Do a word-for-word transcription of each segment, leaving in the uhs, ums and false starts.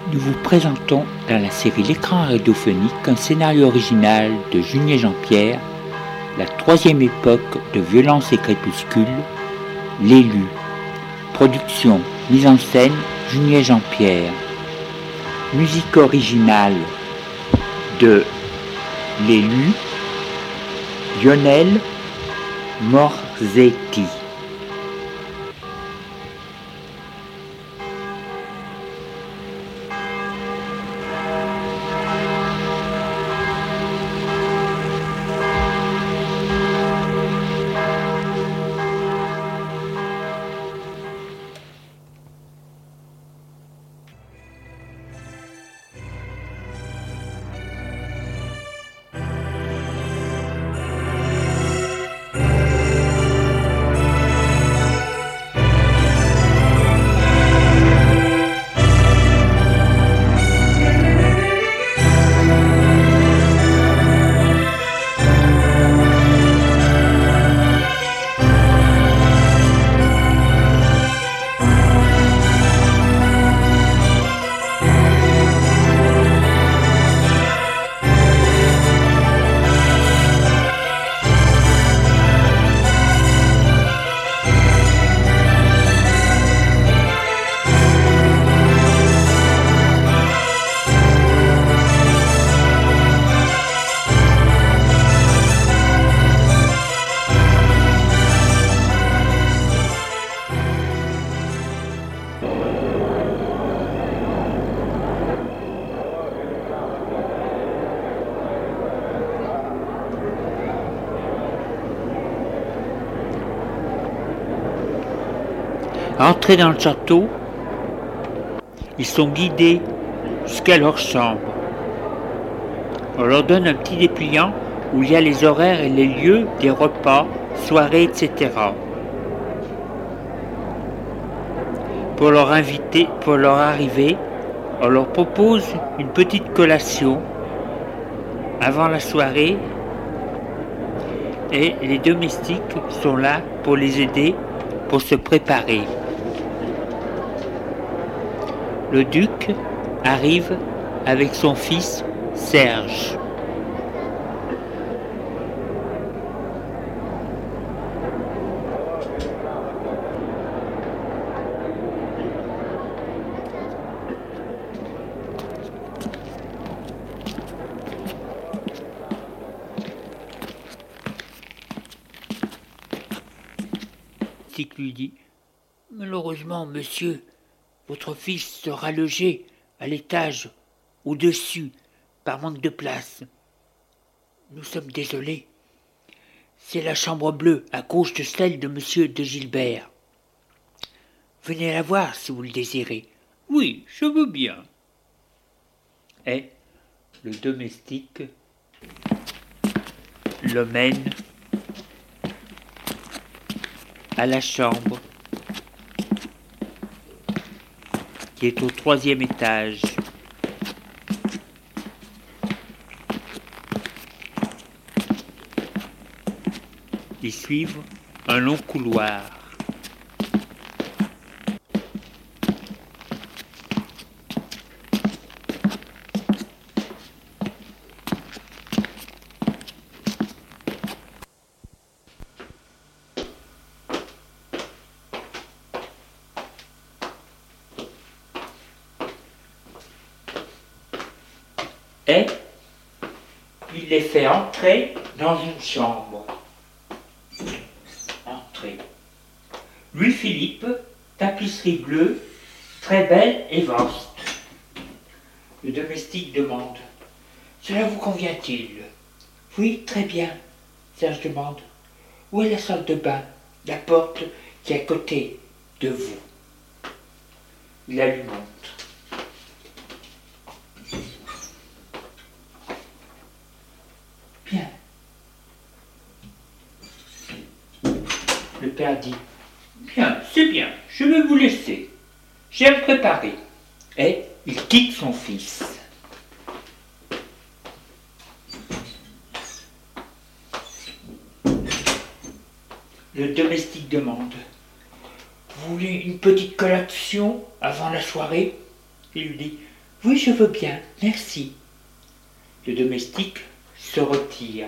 Nous vous présentons dans la série L'écran radiophonique un scénario original de Junier Jean-Pierre, la troisième époque de Violence et Crépuscule, L'élu. Production, mise en scène, Junier Jean-Pierre. Musique originale de L'élu, Lionel Morzetti. Entrés dans le château, ils sont guidés jusqu'à leur chambre. On leur donne un petit dépliant où il y a les horaires et les lieux des repas, soirées, et cetera. Pour leur inviter, pour leur arrivée, on leur propose une petite collation avant la soirée et les domestiques sont là pour les aider pour se préparer. Le duc arrive avec son fils Serge. Tic lui dit : « Malheureusement, monsieur, votre fils sera logé à l'étage au-dessus par manque de place. Nous sommes désolés. C'est la chambre bleue à gauche de celle de monsieur de Gilbert. Venez la voir si vous le désirez. »« Oui, je veux bien. » Et le domestique le mène à la chambre qui est au troisième étage. Ils suivent un long couloir. Et il les fait entrer dans une chambre. Entrer. Louis-Philippe, tapisserie bleue, très belle et vaste. Le domestique demande : « Cela vous convient-il ? » ?»« Oui, très bien. » Serge demande : « Où est la salle de bain ? » ?»« La porte qui est à côté de vous. » Il la lui montre. Bien. Le père dit : « Bien, c'est bien, je vais vous laisser. J'ai à me préparer. » Et il quitte son fils. Le domestique demande : vous voulez une petite collation avant la soirée ? Il lui dit : Oui, je veux bien, merci. Le domestique se retire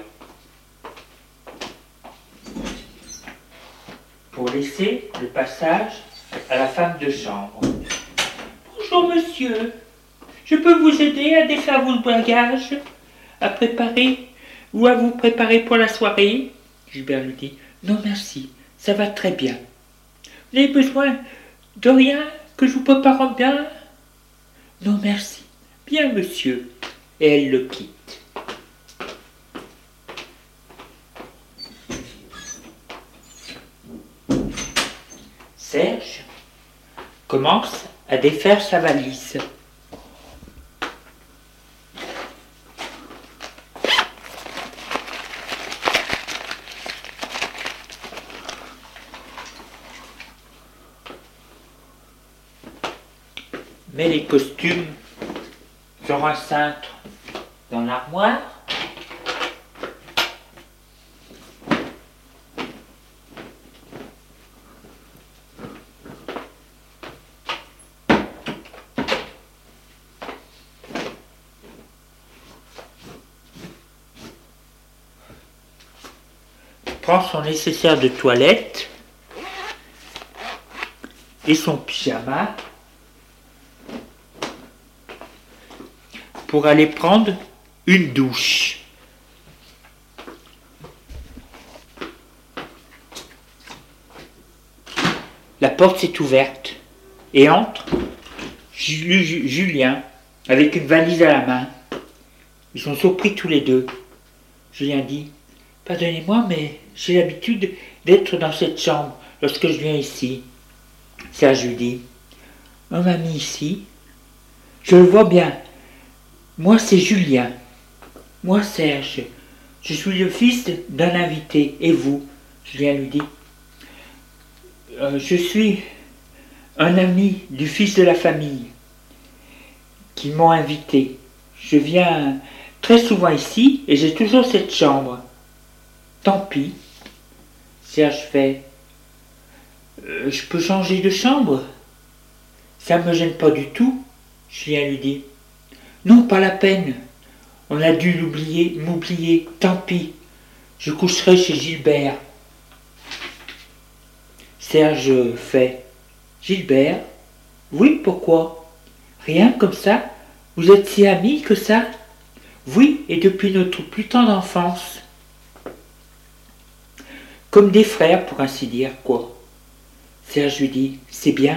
pour laisser le passage à la femme de chambre. Bonjour monsieur, je peux vous aider à défaire vos bagages, à préparer ou à vous préparer pour la soirée? Gilbert lui dit. Non merci, ça va très bien. Vous avez besoin de rien que je vous prépare bien? Non merci. Bien monsieur. Et elle le quitte. Serge commence à défaire sa valise. Met les costumes sur un cintre dans l'armoire. Prend son nécessaire de toilette et son pyjama pour aller prendre une douche. La porte s'est ouverte et entre Julien avec une valise à la main. Ils sont surpris tous les deux. Julien dit: pardonnez-moi, mais j'ai l'habitude d'être dans cette chambre lorsque je viens ici. Serge lui dit: on m'a mis ici. Je le vois bien. Moi, c'est Julien. Moi, Serge. Je suis le fils d'un invité. Et vous? Julien lui dit: euh, je suis un ami du fils de la famille qui m'ont invité. Je viens très souvent ici et j'ai toujours cette chambre. Tant pis. Serge fait: euh, je peux changer de chambre? Ça ne me gêne pas du tout. Julien lui dit: non, pas la peine. On a dû l'oublier, m'oublier. Tant pis. Je coucherai chez Gilbert. Serge fait: Gilbert? Oui, pourquoi? Rien, comme ça? Vous êtes si amis que ça? Oui, et depuis notre plus tendre enfance. Comme des frères, pour ainsi dire, quoi. Serge lui dit: c'est bien.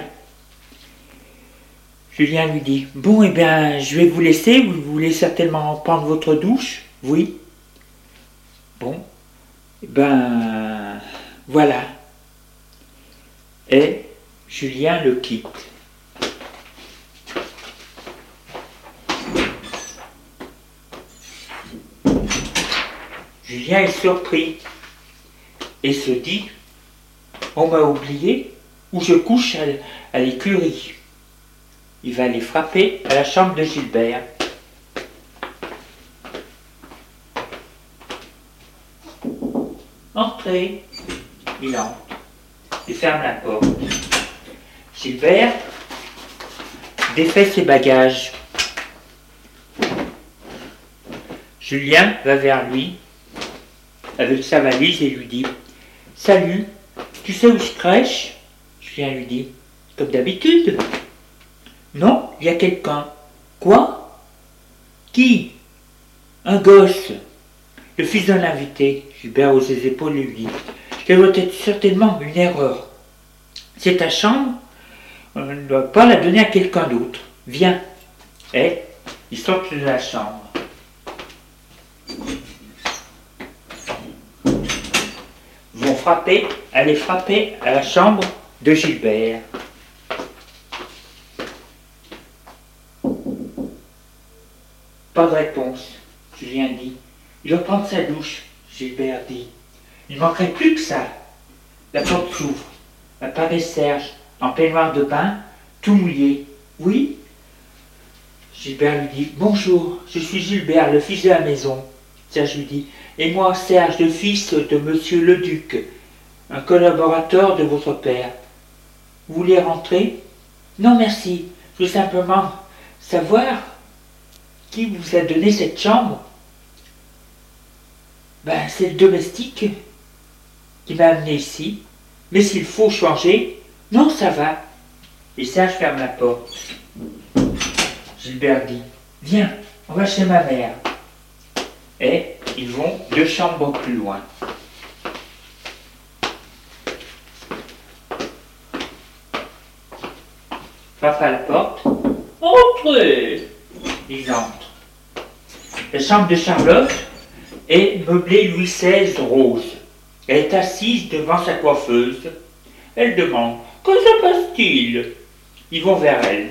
Julien lui dit: bon, eh bien, je vais vous laisser, vous voulez certainement prendre votre douche? Oui. Bon, eh ben, voilà. Et Julien le quitte. Julien est surpris et se dit: on m'a oublié, ou je couche à l'écurie. Il va aller frapper à la chambre de Gilbert. Entrez. Il entre. Il ferme la porte. Gilbert défait ses bagages. Julien va vers lui avec sa valise et lui dit: salut, tu sais où je crèche? Julien lui dit: comme d'habitude. Non, il y a quelqu'un. Quoi? Qui? Un gosse. Le fils d'un invité. Gilbert hausse ses épaules et lui dit: ça doit être certainement une erreur. C'est ta chambre, on ne doit pas la donner à quelqu'un d'autre. Viens. Et ils sortent de la chambre. Ils vont frapper, aller frapper à la chambre de Gilbert. Pas de réponse. Julien dit: il doit prendre sa douche. Gilbert dit: il ne manquerait plus que ça. La porte s'ouvre. Apparaît Serge, en peignoir de bain, tout mouillé. Oui? Gilbert lui dit: bonjour, je suis Gilbert, le fils de la maison. Serge lui dit: et moi, Serge, le fils de monsieur le duc, un collaborateur de votre père. Vous voulez rentrer? Non, merci, je veux simplement savoir qui vous a donné cette chambre? Ben, c'est le domestique qui m'a amené ici. Mais s'il faut changer, non, ça va. Et ça, je ferme la porte. Gilbert dit, viens, on va chez ma mère. Et ils vont deux chambres plus loin. Frappe à la porte. Entrez! Ils entrent. La chambre de Charlotte est meublée Louis seize rose. Elle est assise devant sa coiffeuse. Elle demande, que se passe-t-il? Ils vont vers elle.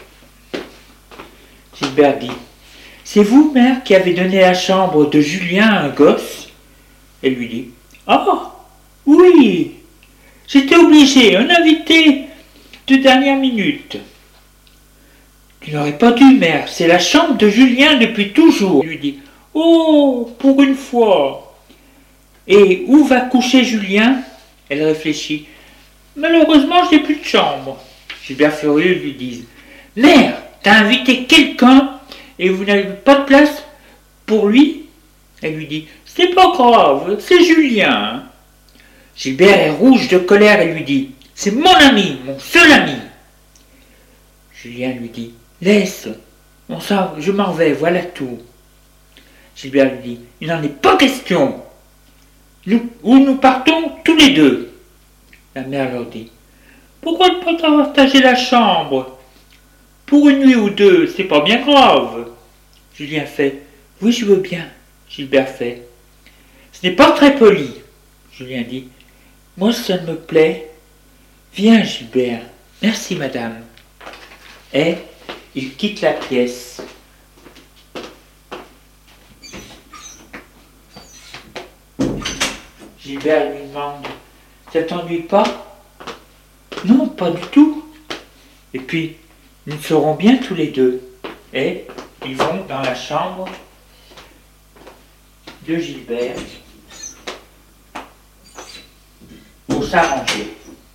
Gilbert dit, c'est vous, mère, qui avez donné la chambre de Julien à un gosse? Elle lui dit, oh, oui, j'étais obligé, un invité de dernière minute. Tu n'aurais pas dû, mère, c'est la chambre de Julien depuis toujours. Elle lui dit, oh, pour une fois. Et où va coucher Julien? Elle réfléchit. Malheureusement, je n'ai plus de chambre. Gilbert furieux lui dit, mère, t'as invité quelqu'un et vous n'avez pas de place pour lui? Elle lui dit, c'est pas grave, c'est Julien. Gilbert est rouge de colère et lui dit, c'est mon ami, mon seul ami. Julien lui dit, laisse, on s'en, je m'en vais, voilà tout. Gilbert lui dit, il n'en est pas question. Nous, où nous partons tous les deux. La mère leur dit, pourquoi ne pas partager la chambre? Pour une nuit ou deux, c'est pas bien grave. Julien fait, oui, je veux bien. Gilbert fait, ce n'est pas très poli. Julien dit, moi ça me plaît. Viens, Gilbert. Merci, madame. Et il quitte la pièce. Gilbert lui demande, ça t'ennuie pas? Non, pas du tout. Et puis, nous serons bien tous les deux. Et ils vont dans la chambre de Gilbert pour s'arranger.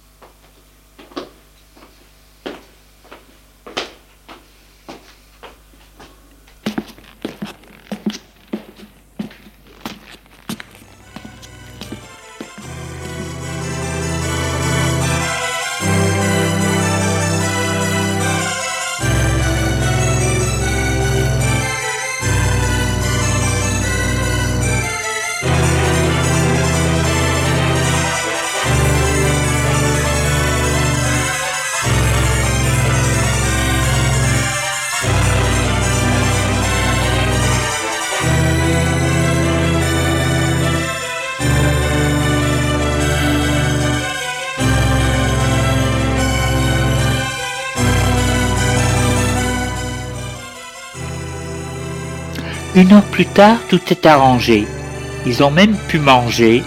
Une heure plus tard, tout est arrangé. Ils ont même pu manger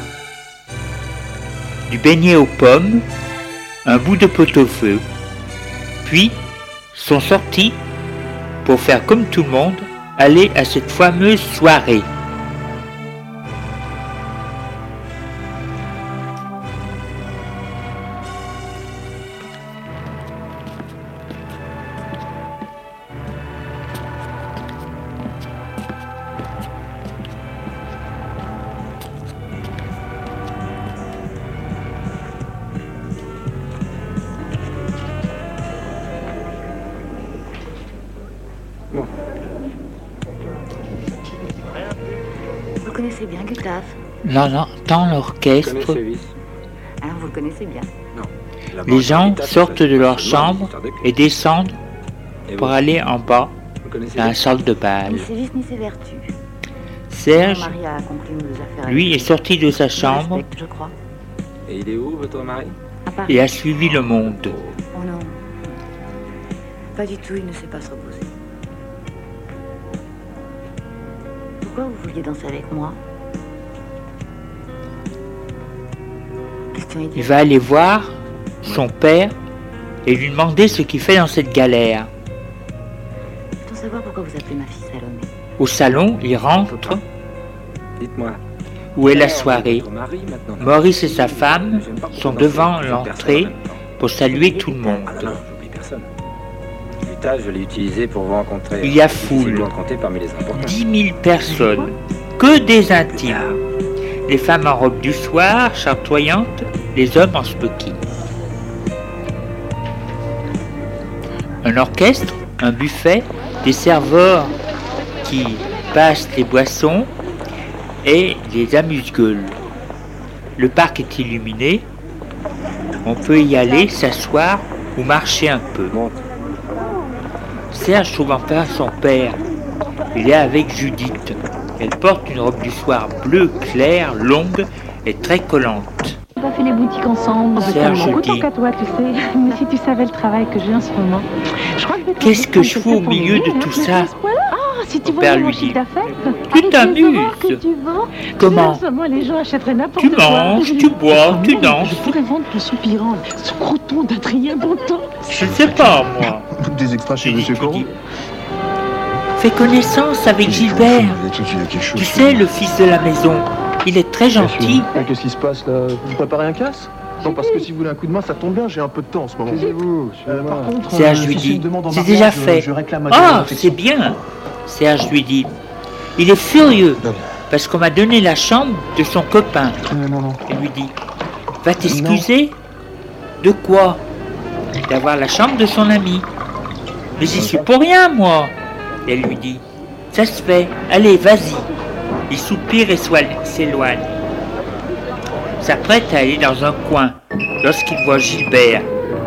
du beignet aux pommes, un bout de pot-au-feu. Puis, sont sortis pour faire comme tout le monde, aller à cette fameuse soirée. Vous connaissez bien Gustave? Non, non, dans l'orchestre, Alors vous le connaissez bien? Non. les gens sortent de leur chambre et descendent pour aller en bas dans la salle de bal. Ni ses vices ni ses vertus. Serge, Marie a accompli nos affaires. lui, est sorti de sa Je chambre respecte, je crois. Et il est où, votre mari? À Paris. et a suivi le monde. Oh non. Pas du tout, il ne sait pas se reposer. Pourquoi vous vouliez danser avec moi? Question Il idiote. va aller voir son père et lui demander ce qu'il fait dans cette galère. Peut-on savoir pourquoi vous appelez ma fille Salomé? Au salon, il rentre Dites-moi. où est la soirée. Votre mari, maintenant. Maurice et sa femme sont devant l'entrée pour saluer tout le monde. Ah non, j'oublie personne. étage, je l'ai utilisé pour vous rencontrer. Il y a Difficile foule. de le compter parmi les importants. Dix mille personnes, que des intimes. Les femmes en robe du soir, chatoyantes, les hommes en smoking. Un orchestre, un buffet, des serveurs qui passent les boissons et les amuse-gueules. Le parc est illuminé. On peut y aller, s'asseoir ou marcher un peu. Serge trouve enfin son père. Il est avec Judith. Elle porte une robe du soir bleue claire, longue et très collante. On a fait les boutiques ensemble. Serge tellement dit. content qu'à toi, tu sais. Mais si tu savais le travail que j'ai en ce moment. Je crois que je vais te Qu'est-ce que prendre je fous quelqu'un au pour milieu m'aider, de hein. tout Mais ça? à ce point-là, ah, si tu Mon voyais père mon lui chiffre dit. d'affaires. Tu avec les t'amuses. horreurs que tu vends, Comment? seulement les gens achèteraient n'importe Tu quoi. manges, tu bois, tu danses. Je pourrais vendre ton soupirant, ce croton d'Adrien Bontemps. Je ne sais pas, moi. Des extras chez J'ai dit, Monsieur tu Coron. dis. Fais connaissance avec Gilbert. Tu sais, le fils de la maison. Il est très gentil. Ah, qu'est-ce qui se passe là Vous préparez un casse? Non, parce que si vous voulez un coup de main, ça tombe bien, j'ai un peu de temps en ce moment. Taisez-vous, Euh, par contre, Serge euh, lui si dit, une demande en c'est mariage, déjà je- fait. Je réclame ma Ah, affection. c'est bien. Serge lui dit. Il est furieux Non. parce qu'on m'a donné la chambre de son copain. Euh, non, non. Il lui dit, va t'excuser? De quoi? D'avoir la chambre de son ami. Mais j'y suis pour rien, moi. Et elle lui dit, ça se fait, allez, vas-y. Il soupire et soigne- s'éloigne. S'apprête à aller dans un coin lorsqu'il voit Gilbert.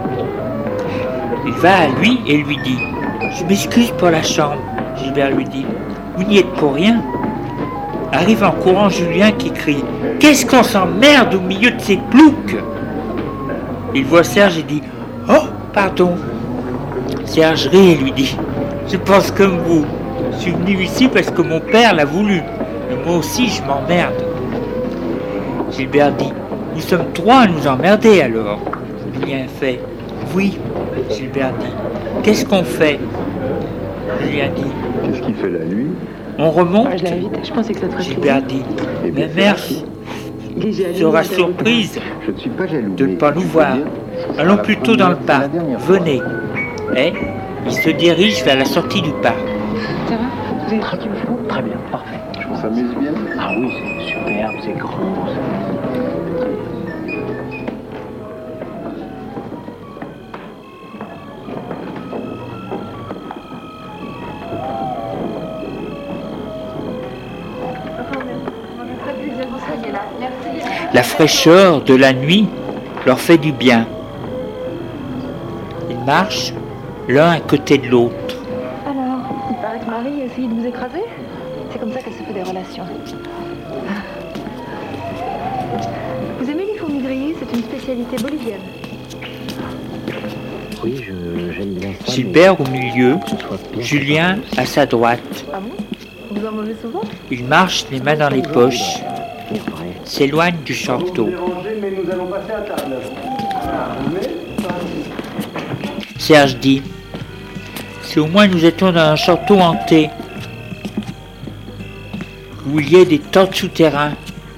Il va à lui et lui dit, je m'excuse pour la chambre. Gilbert lui dit, vous n'y êtes pour rien. Arrive en courant Julien qui crie, qu'est-ce qu'on s'emmerde au milieu de ces ploucs? Il voit Serge et dit, oh, pardon. Serge rit et lui dit, je pense comme vous. Je suis venu ici parce que mon père l'a voulu. Mais moi aussi, je m'emmerde. Gilbert dit, nous sommes trois à nous emmerder alors. Julien fait, oui. Gilbert dit, qu'est-ce qu'on fait? Julien dit, Qu'est-ce qu'il fait la nuit? on remonte. Je l'invite, je pensais que ça te ferait Gilbert dit, Eh bien, mais mère sera surprise Je ne suis pas jaloux. de ne mais pas nous je peux voir. dire, ce sera Allons la plutôt dans le première et la parc. dernière fois. Venez. Et il se dirige vers la sortie du parc. Ça va? Vous avez tranquille? Très bien, parfait. On s'amuse bien. Ah oui, c'est superbe, c'est grand. La fraîcheur de la nuit leur fait du bien. Ils marchent l'un à côté de l'autre. Alors, il paraît que Marie a essayé de vous écraser? C'est comme ça qu'elle se fait des relations. Vous aimez les fourmis grillées? C'est une spécialité bolivienne. Oui, je- j'aime bien ça. Gilbert au milieu, mais que ce soit bien Julien à sa droite. Ah bon? Vous en mangez souvent? Ils marchent les mains dans les poches, C'est vrai. s'éloignent du château. Serge dit, si au moins nous étions dans un château hanté, où il y ait des tentes souterrains,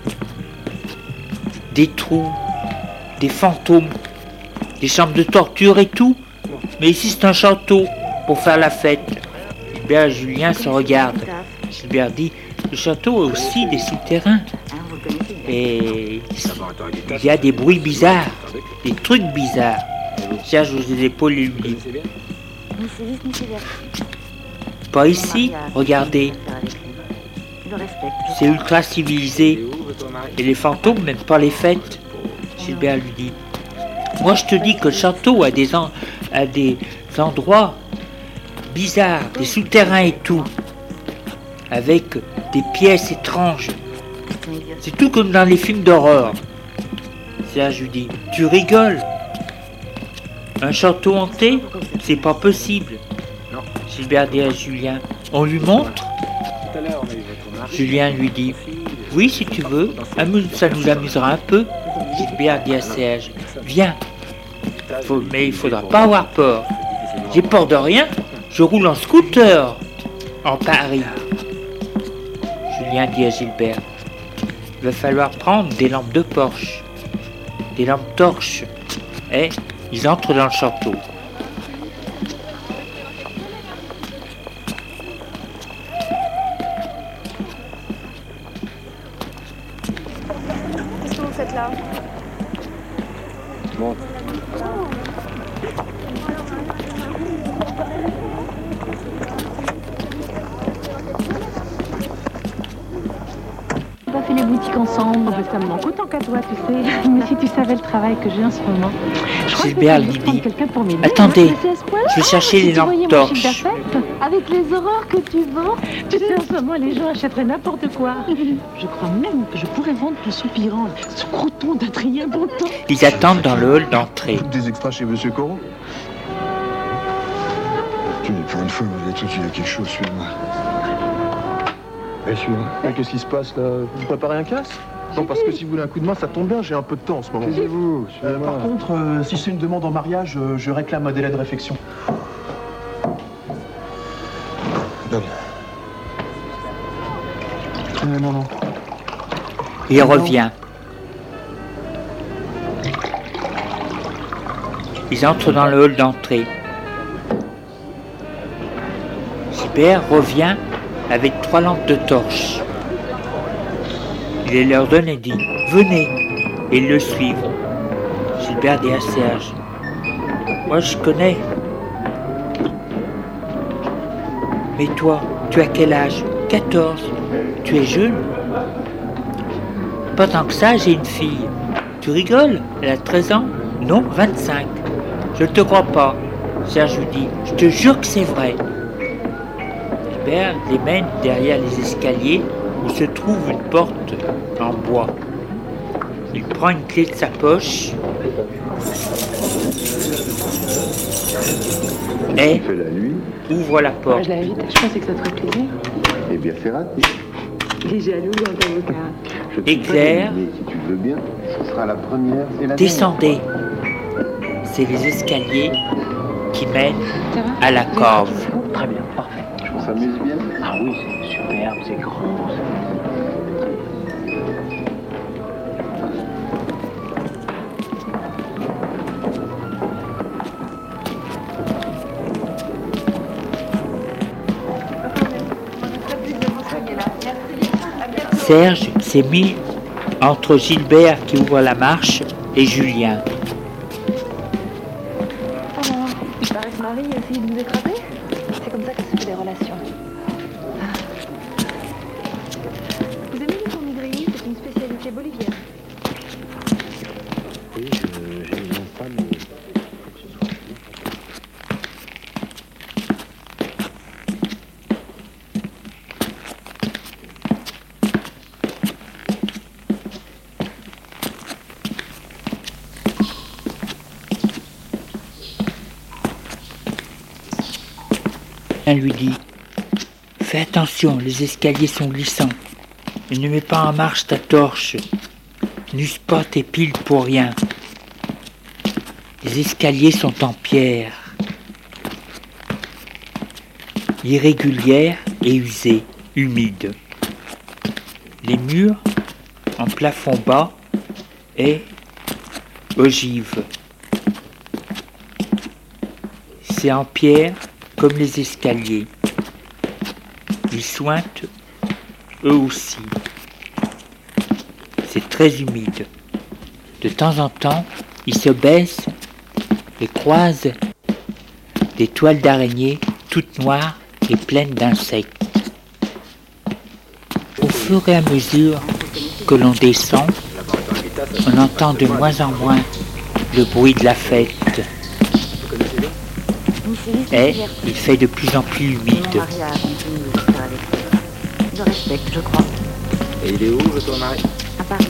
des trous, des fantômes, des chambres de torture et tout. Mais ici c'est un château pour faire la fête. Gilbert et Julien se regardent. Gilbert dit, le château a aussi des souterrains. Et il y a des bruits bizarres, des trucs bizarres. Serge hausse les épaules et lui dit, Ni c'est vice, ni c'est vert. pas ici, regardez, Je le respecte. c'est ultra civilisé. Et les fantômes n'aiment pas les fêtes. Gilbert lui dit, moi je te dis que le château a des, en- a des endroits bizarres, des souterrains et tout, avec des pièces étranges. C'est tout comme dans les films d'horreur. Serge lui dit, tu rigoles? Un château hanté? C'est pas possible. Gilbert dit à Julien, on lui montre? Julien lui dit, oui si tu veux, amuse- ça nous amusera un peu. Gilbert dit à Serge, viens. Faut- mais il faudra pas avoir peur. J'ai peur de rien, je roule en scooter en Paris. Julien dit à Gilbert, il va falloir prendre des lampes de Porsche, des lampes torches. Et ils entrent dans le château. ensemble. Oh, ben, ça me manque autant qu'à toi, tu sais. Mais si tu savais le travail que j'ai en ce moment. Je crois Gilbert que je lui vais prendre dit, quelqu'un pour m'aider. attendez, Mais c'est à ce point-là. je vais chercher Si les tu voyais lampes mon chiffre torches. d'affaires, avec les horreurs que tu vends, tu sais, en ce moment, les gens achèteraient n'importe quoi. Je crois même que je pourrais vendre ton soupirant, ce croton d'Adrien Bontemps. Ils attendent dans le hall d'entrée. Des extras chez Monsieur Corot. Tu dis pour une fois, malgré tout, il y a quelque chose, suis-moi. Et suis-moi. Mais qu'est-ce qui se passe là? Vous préparez un casse? Non, parce que si vous voulez un coup de main, ça tombe bien, j'ai un peu de temps en ce moment. Taisez-vous, Euh, suis-moi. par contre, euh, si c'est une demande en mariage, euh, je réclame un délai de réflexion. Donne. Euh, non, non. Il revient. Ils entrent dans le hall d'entrée. Gilbert revient avec trois lampes de torche. Il les leur donne et dit « Venez !» et ils le suivent. Gilbert dit à Serge « Moi je connais. Mais toi, tu as quel âge? quatorze. Tu es jeune? Pas tant que ça, j'ai une fille. Tu rigoles? Elle a treize ans? Non, vingt-cinq. Je ne te crois pas. Serge lui dit « Je te jure que c'est vrai. » Gilbert les mène derrière les escaliers où se trouve une porte en bois. Il prend une clé de sa poche et Il fait la nuit. ouvre la Ouais, porte. je l'invite. Je pensais que ça te ferait plaisir. Eh bien, c'est raté. Il est jaloux, un avocat. Je ne suis pas Éclair. gêné, si tu le veux bien, ce sera la première et la Descendez. C'est les escaliers qui mènent Ça va? à la cave. Très bien, parfait. dernière. On s'amuse bien. Ah oui, c'est superbe, c'est grand. Serge s'est mis entre Gilbert qui ouvre la marche et Julien. Alors, il paraît que Marie a essayé de vous écraser. C'est comme ça que se fait des relations. Vous aimez les fourmis grillées? C'est une spécialité bolivienne. Oui, je- j'aime bien ça, mais il faut que ce soit bien. Elle lui dit « Fais attention, les escaliers sont glissants. Et ne mets pas en marche ta torche. N'use pas tes piles pour rien. Les escaliers sont en pierre, irrégulière et usée, humide. Les murs en plafond bas et ogive. C'est en pierre comme les escaliers. Ils suintent eux aussi. C'est très humide. De temps en temps, ils se baissent et croisent des toiles d'araignée toutes noires et pleines d'insectes. Au fur et à mesure que l'on descend, on entend de moins en moins le bruit de la fête. Et il fait de plus en plus humide. Je respecte, je crois. Et il est où, votre mari? À Paris.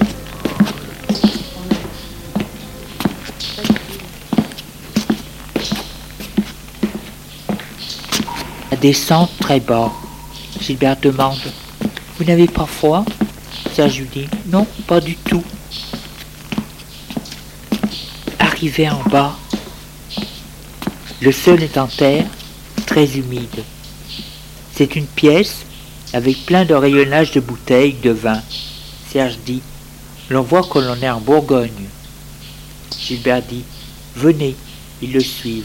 La descente très bas. Gilbert demande « Vous n'avez pas froid ?» Serge lui dit « Non, pas du tout. » Arrivé en bas, le sol est en terre, très humide. C'est une pièce avec plein de rayonnages de bouteilles de vin. Serge dit « L'on voit que l'on est en Bourgogne. » Gilbert dit « Venez », ils le suivent.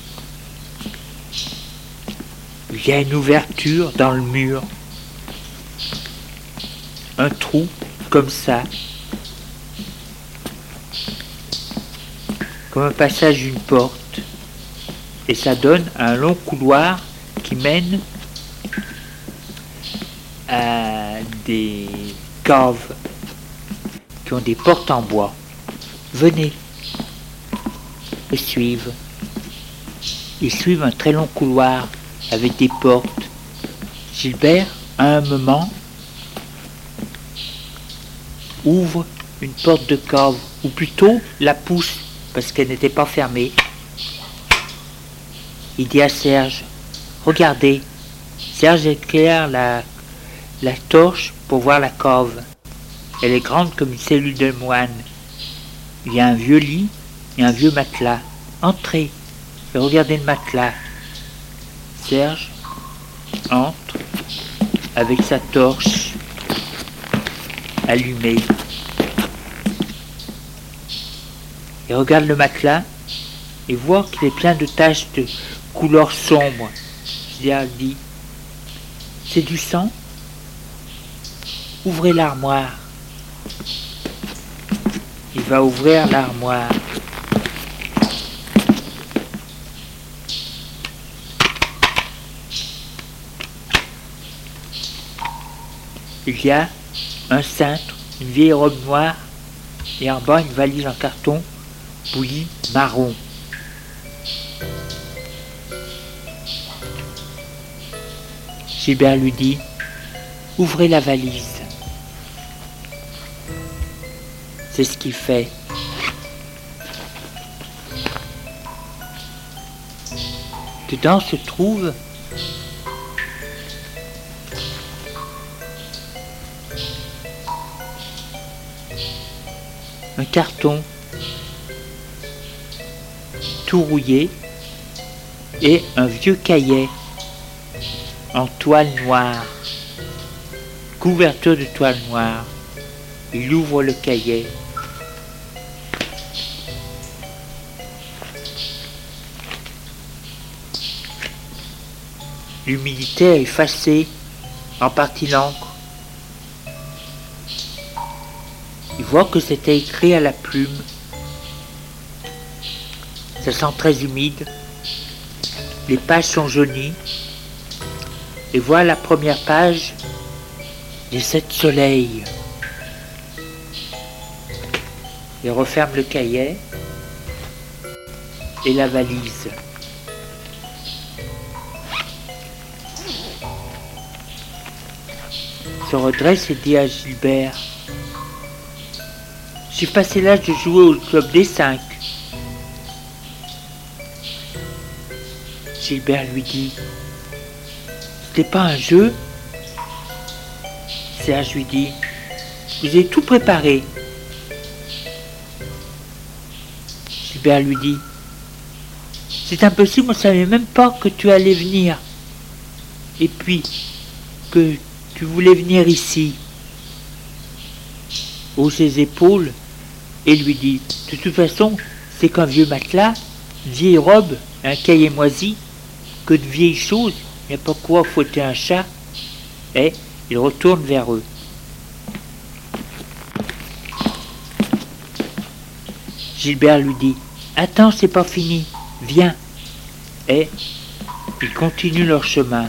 Il y a une ouverture dans le mur. Un trou comme ça. Comme un passage d'une porte. Et ça donne un long couloir qui mène à des caves. qui ont des portes en bois. Venez. Ils suivent. Ils suivent un très long couloir avec des portes. Gilbert, à un moment, ouvre une porte de cave, ou plutôt la pousse, parce qu'elle n'était pas fermée. Il dit à Serge, regardez. Serge éclaire la, la torche pour voir la cave. Elle est grande comme une cellule de moine. Il y a un vieux lit et un vieux matelas. Entrez et regardez le matelas. Serge entre avec sa torche allumée. Il regarde le matelas et voit qu'il est plein de taches de couleur sombre. Il dit, c'est du sang? Ouvrez l'armoire. Il va ouvrir l'armoire. Il y a un cintre, une vieille robe noire et en bas une valise en carton bouillie marron. Gilbert lui dit, ouvrez la valise. C'est ce qu'il fait. Dedans se trouve un carton tout rouillé et un vieux cahier en toile noire, couverture de toile noire. Il ouvre le cahier. L'humidité a effacé en partie l'encre. Il voit que c'était écrit à la plume. Ça sent très humide. Les pages sont jaunies. Et voilà la première page des sept soleils. Il referme le cahier et la valise. Il se redresse et dit à Gilbert, j'ai passé l'âge de jouer au club des cinq. Gilbert lui dit, c'était pas un jeu? Serge lui dit, vous avez tout préparé. Gilbert lui dit, c'est impossible, on ne savait même pas que tu allais venir. Et puis, que tu voulais venir ici. Hausse ses épaules et lui dit, de toute façon, c'est qu'un vieux matelas, une vieille robe, un cahier moisi, que de vieilles choses, il n'y a pas quoi fouetter un chat. Et il retourne vers eux. Gilbert lui dit, attends, c'est pas fini, viens. Et ils continuent leur chemin.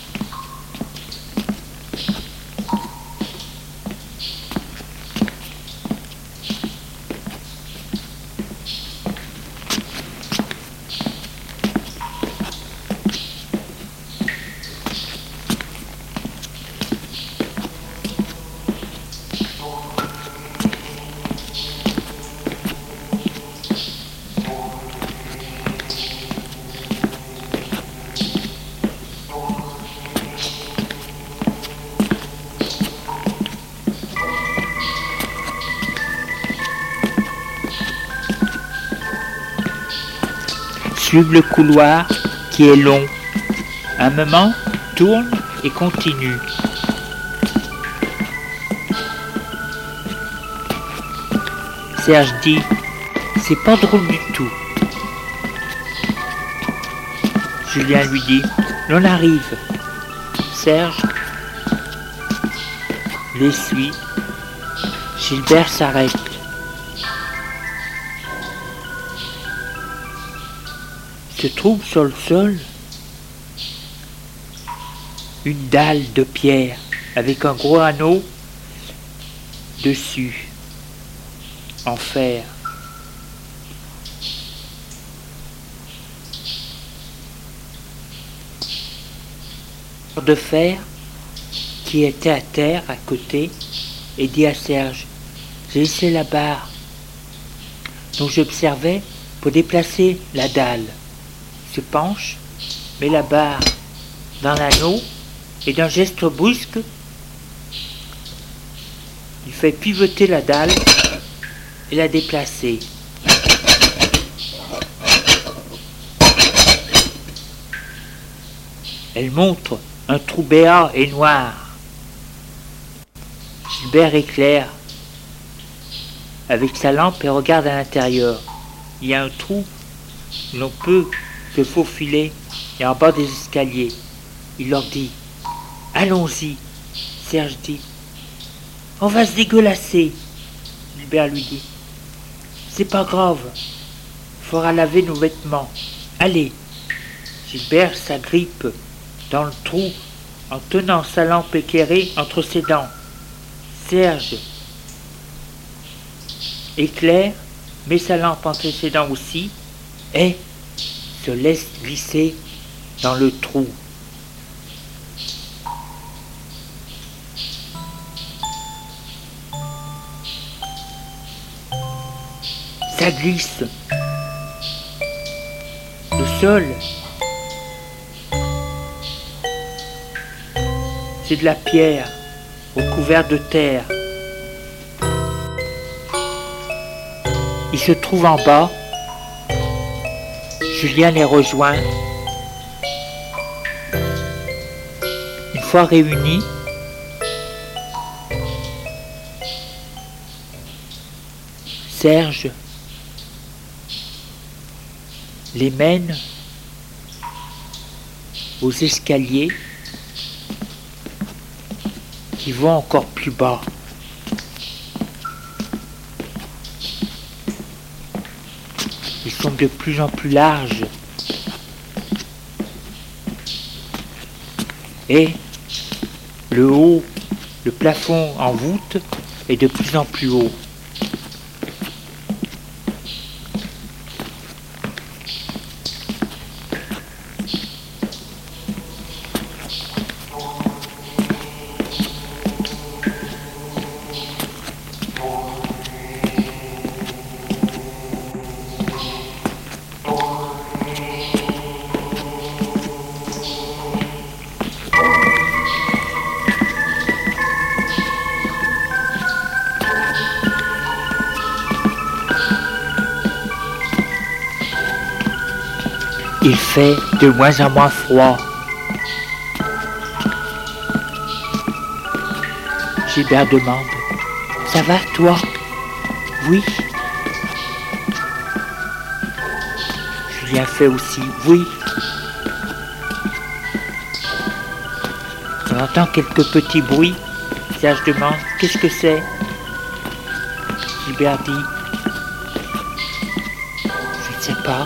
Suivent le couloir qui est long. Un moment, tourne et continue. Serge dit, c'est pas drôle du tout. Julien lui dit, l'on arrive. Serge les suit. Gilbert s'arrête. Se trouve sur le sol une dalle de pierre avec un gros anneau dessus. en fer. De fer qui était à terre à côté et dit à Serge: j'ai laissé la barre dont j'observais pour déplacer la dalle. Il se penche, met la barre dans l'anneau et d'un geste brusque il fait pivoter la dalle et la déplacer. Elle montre un trou béat et noir. Gilbert éclaire avec sa lampe et regarde à l'intérieur. Il y a un trou où l'on peut se faufiler et en bas des escaliers. Il leur dit: allons-y. Serge dit: on va se dégueulasser. Gilbert lui dit: c'est pas grave, il faudra laver nos vêtements. Allez. Gilbert s'agrippe dans le trou en tenant sa lampe éclairée entre ses dents. Serge éclaire, met sa lampe entre ses dents aussi et se laisse glisser dans le trou. Ça glisse. Le sol, c'est de la pierre recouverte de terre. Il se trouve en bas. Julien les rejoint. Une fois réunis, Serge les mène aux escaliers qui vont encore plus bas. Ils sont de plus en plus larges et le haut, le plafond en voûte est de plus en plus haut. Il fait de moins en moins froid. Gilbert demande: ça va toi? Oui. Julien fait aussi: oui. On entend quelques petits bruits. Serge demande: qu'est-ce que c'est? Gilbert dit: je ne sais pas.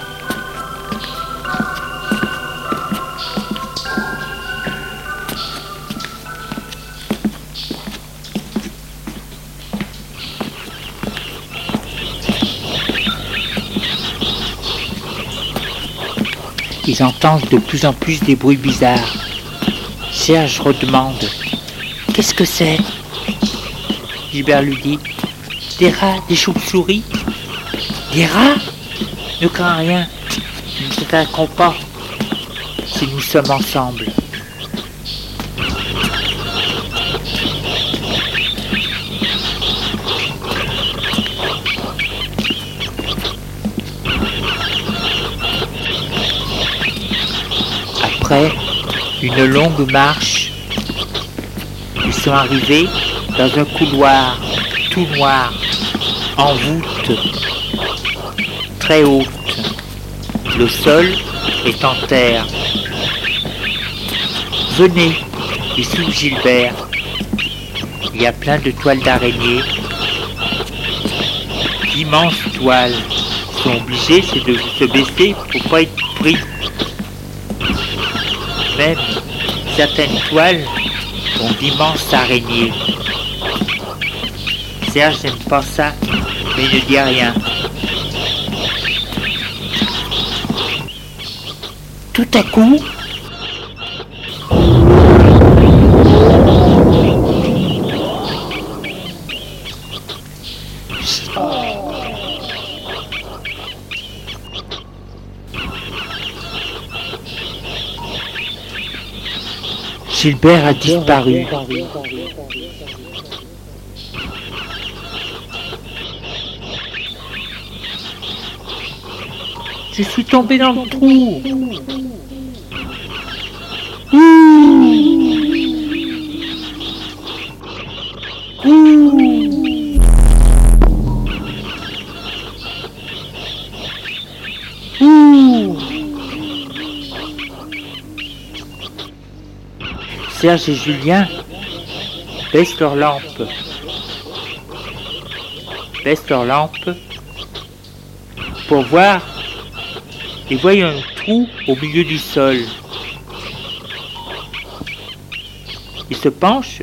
Ils entendent de plus en plus des bruits bizarres. Serge redemande: qu'est-ce que c'est? Gilbert lui dit: des rats, des chauves-souris. Des rats? Ne crains rien, nous ne t'attaquerons pas si nous sommes ensemble. Après une longue marche, ils sont arrivés dans un couloir tout noir, en voûte, très haute. Le sol est en terre. Venez, dit sous Gilbert. Il y a plein de toiles d'araignée. D'immenses toiles. Ils sont obligés de se baisser pour ne pas être pris. Même certaines toiles ont d'immenses araignées. Serge n'aime pas ça. mais il ne dit rien. Tout à coup, Gilbert a disparu. Je suis tombé dans le trou. Ouh. Ouh. Ouh. Serge et Julien baissent leur lampe. Baissent leur lampe pour voir et voient un trou au milieu du sol. Ils se penchent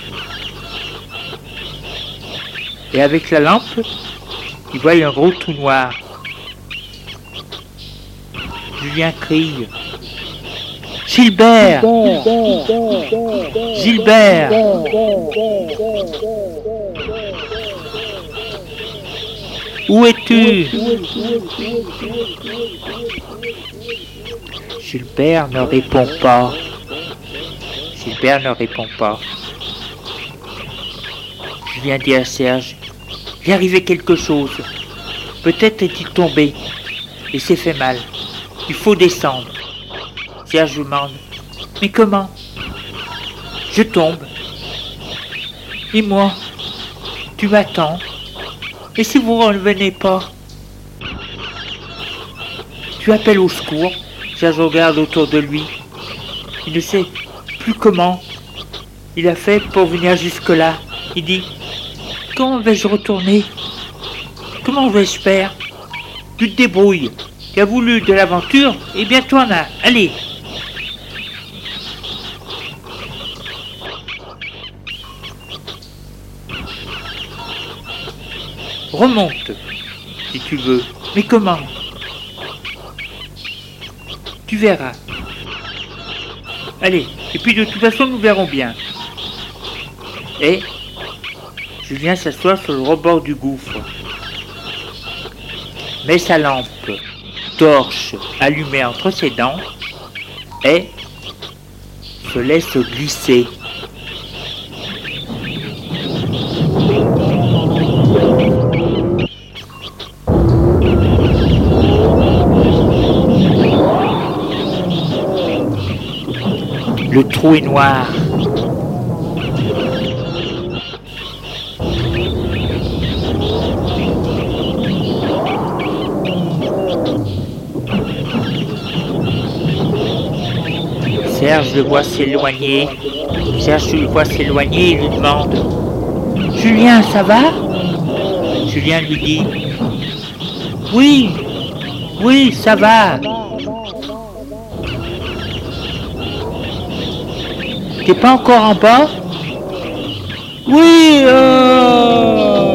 et avec la lampe, ils voient un gros trou noir. Julien crie. Gilbert! Gilbert! Où es-tu? Gilbert ne répond pas. Gilbert ne répond pas. Julien dit à Serge, il est arrivé quelque chose. Peut-être est-il tombé et s'est fait mal. Il faut descendre. Serge demande, mais comment? Je tombe. Et moi? Tu m'attends? Et si vous ne revenez pas? Tu appelles au secours. Serge regarde autour de lui. Il ne sait plus comment il a fait pour venir jusque-là. Il dit, comment vais-je retourner? Comment vais-je faire? Tu te débrouilles. Tu as voulu de l'aventure, et bien tu en as. Allez. Remonte, si tu veux. Mais comment? Tu verras. Allez, et puis de toute façon, nous verrons bien. Et Julien s'assoit sur le rebord du gouffre. Met sa lampe, torche allumée entre ses dents, et se laisse glisser. Le trou est noir. Serge le voit s'éloigner. Serge le voit s'éloigner et lui demande « Julien, ça va ?» Julien lui dit « Oui, oui, ça va. » T'es pas encore en bas? Oui, euh...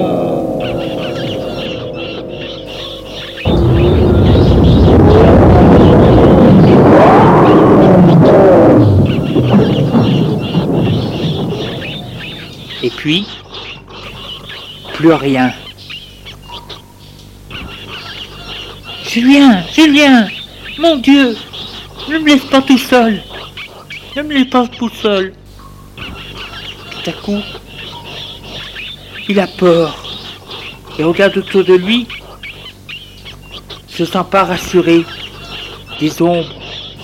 Et puis, plus rien. Julien, Julien, mon Dieu, ne me laisse pas tout seul. Ne me laisse pas tout seul. Tout à coup, il a peur. Il regarde autour de lui. Il se sent pas rassuré. Des ombres.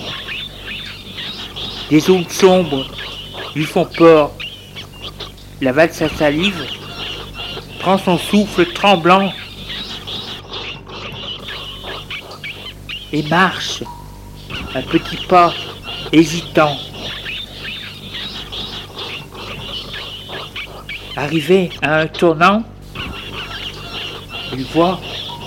Des ombres sombres lui font peur. Il avale sa salive, prend son souffle tremblant et marche un petit pas hésitant. Arrivé à un tournant, il voit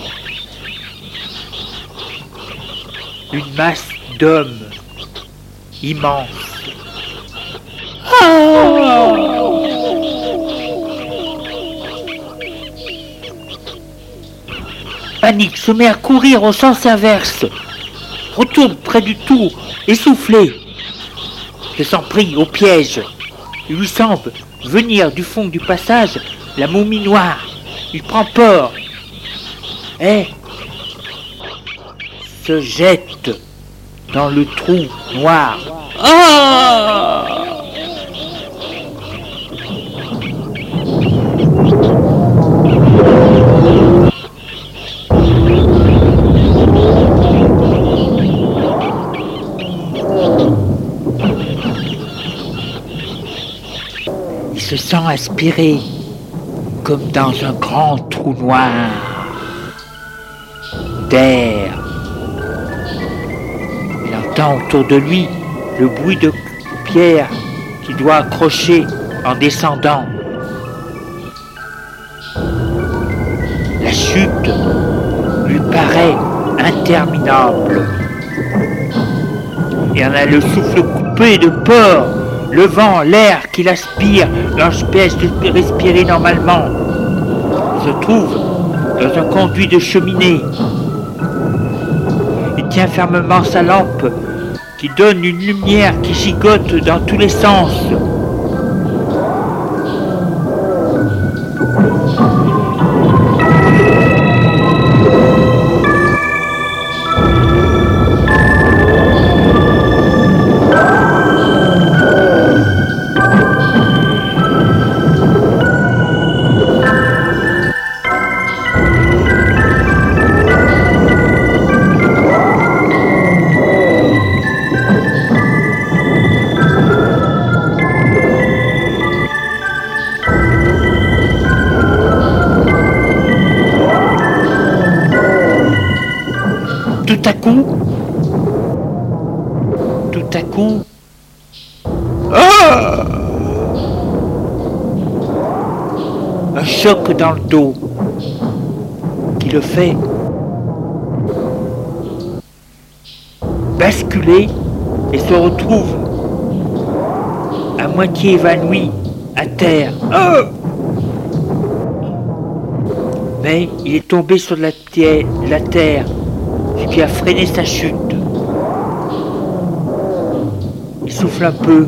une masse d'hommes immense. Oh! Panique, se met à courir au sens inverse. Retourne près du tour, essoufflé. Se sent pris au piège. Il lui semble venir du fond du passage la momie noire. Il prend peur. Et se jette dans le trou noir. Ah! Il se sent aspiré comme dans un grand trou noir d'air. Il entend autour de lui le bruit de pierre qu'il doit accrocher en descendant. La chute lui paraît interminable. Il en a le souffle coupé de peur. Le vent, l'air qu'il aspire l'empêche de respirer normalement. Il se trouve dans un conduit de cheminée. Il tient fermement sa lampe qui donne une lumière qui gigote dans tous les sens. Tout à coup, tout à coup, ah! Un choc dans le dos qui le fait basculer et se retrouve à moitié évanoui à terre. Ah! Mais il est tombé sur la, tie- la terre, ce qui a freiné sa chute. Il souffle un peu.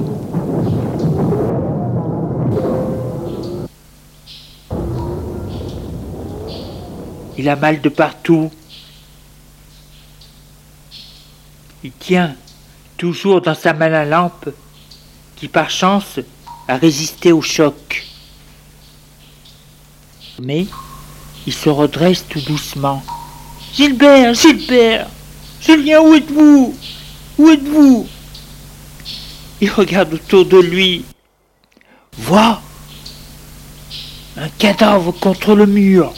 Il a mal de partout. Il tient toujours dans sa main la lampe qui par chance a résisté au choc. Mais il se redresse tout doucement. Gilbert, Gilbert, Julien, où êtes-vous? Où êtes-vous? Il regarde autour de lui. Voit un cadavre contre le mur.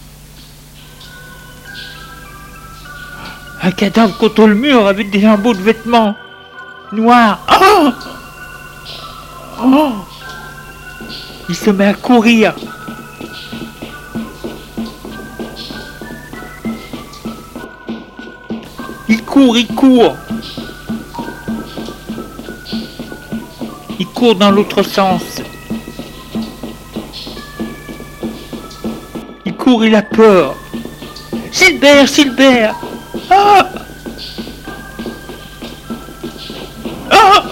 Un cadavre contre le mur avec des lambeaux de vêtements noirs. Oh! Oh! Il se met à courir. Il court, il court. Il court dans l'autre sens. Il court, il a peur. Gilbert, Gilbert. Ah! Ah!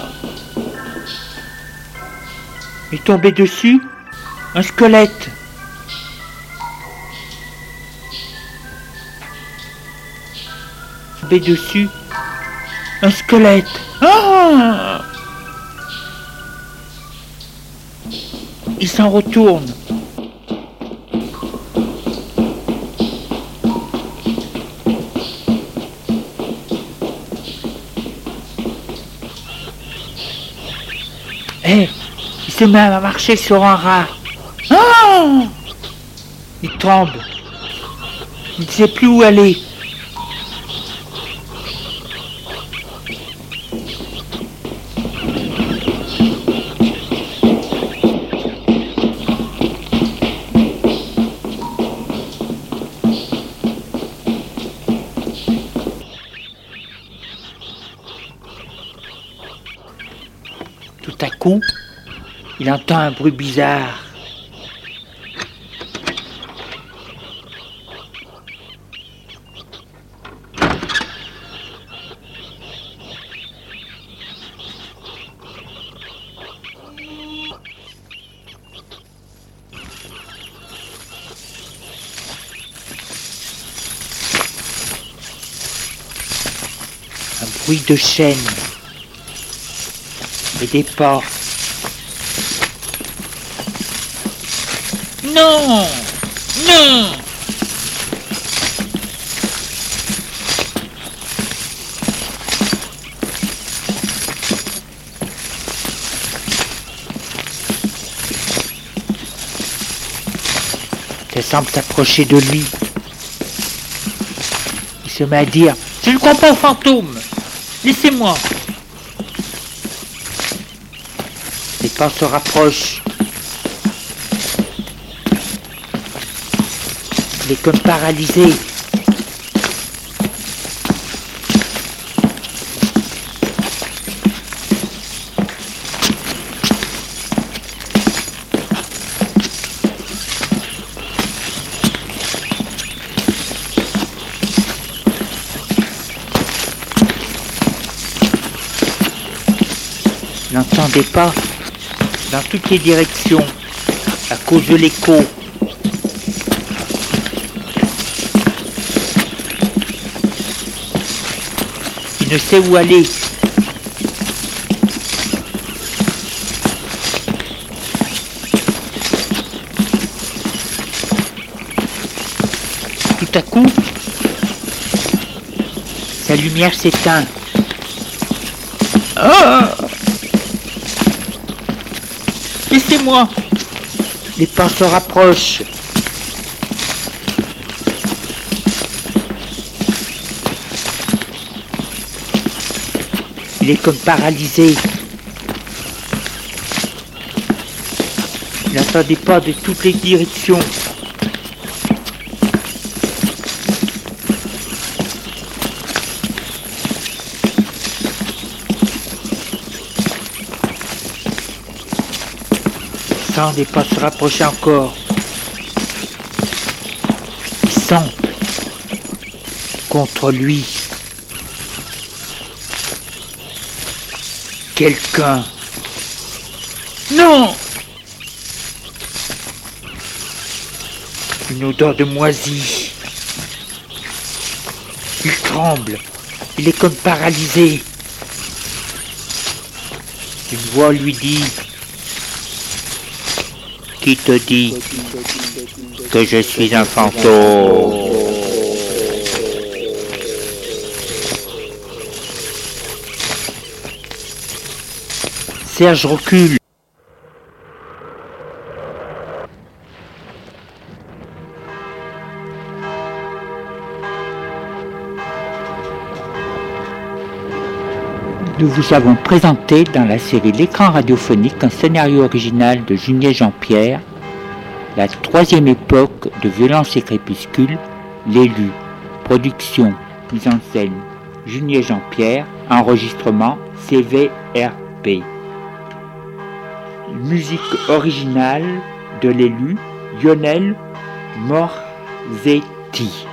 Il est tombé dessus un squelette. Tombé dessus un squelette. Ah! Il s'en retourne. Eh, hey, il se met à marcher sur un rat. Ah! Il tremble. Il ne sait plus où aller. Tout à coup, il entend un bruit bizarre. bruit de chaînes et des pas. Non! Non! Ça semble s'approcher de lui. Il se met à dire « Je ne crois pas aux fantômes. Laissez-moi. » Les pas se rapprochent. Il est comme paralysé. Il entend des pas dans toutes les directions à cause de l'écho. Il ne sait où aller. Tout à coup, sa lumière s'éteint. Ah! Laissez-moi! Les pas se rapprochent. Il est comme paralysé. Il entend des pas de toutes les directions. Il sent des pas se rapprocher encore. Il sent contre lui quelqu'un. Non! Une odeur de moisi. Il tremble. Il est comme paralysé. Une voix lui dit: qui te dit que je suis un fantôme? Serge recule. Nous vous avons présenté dans la série L'écran radiophonique un scénario original de Junier Jean-Pierre, la troisième époque de Violence et Crépuscule, l'élu. Production, mise en scène, Junier Jean-Pierre, enregistrement C V R P. Musique originale de l'élu, Lionel Morzetti.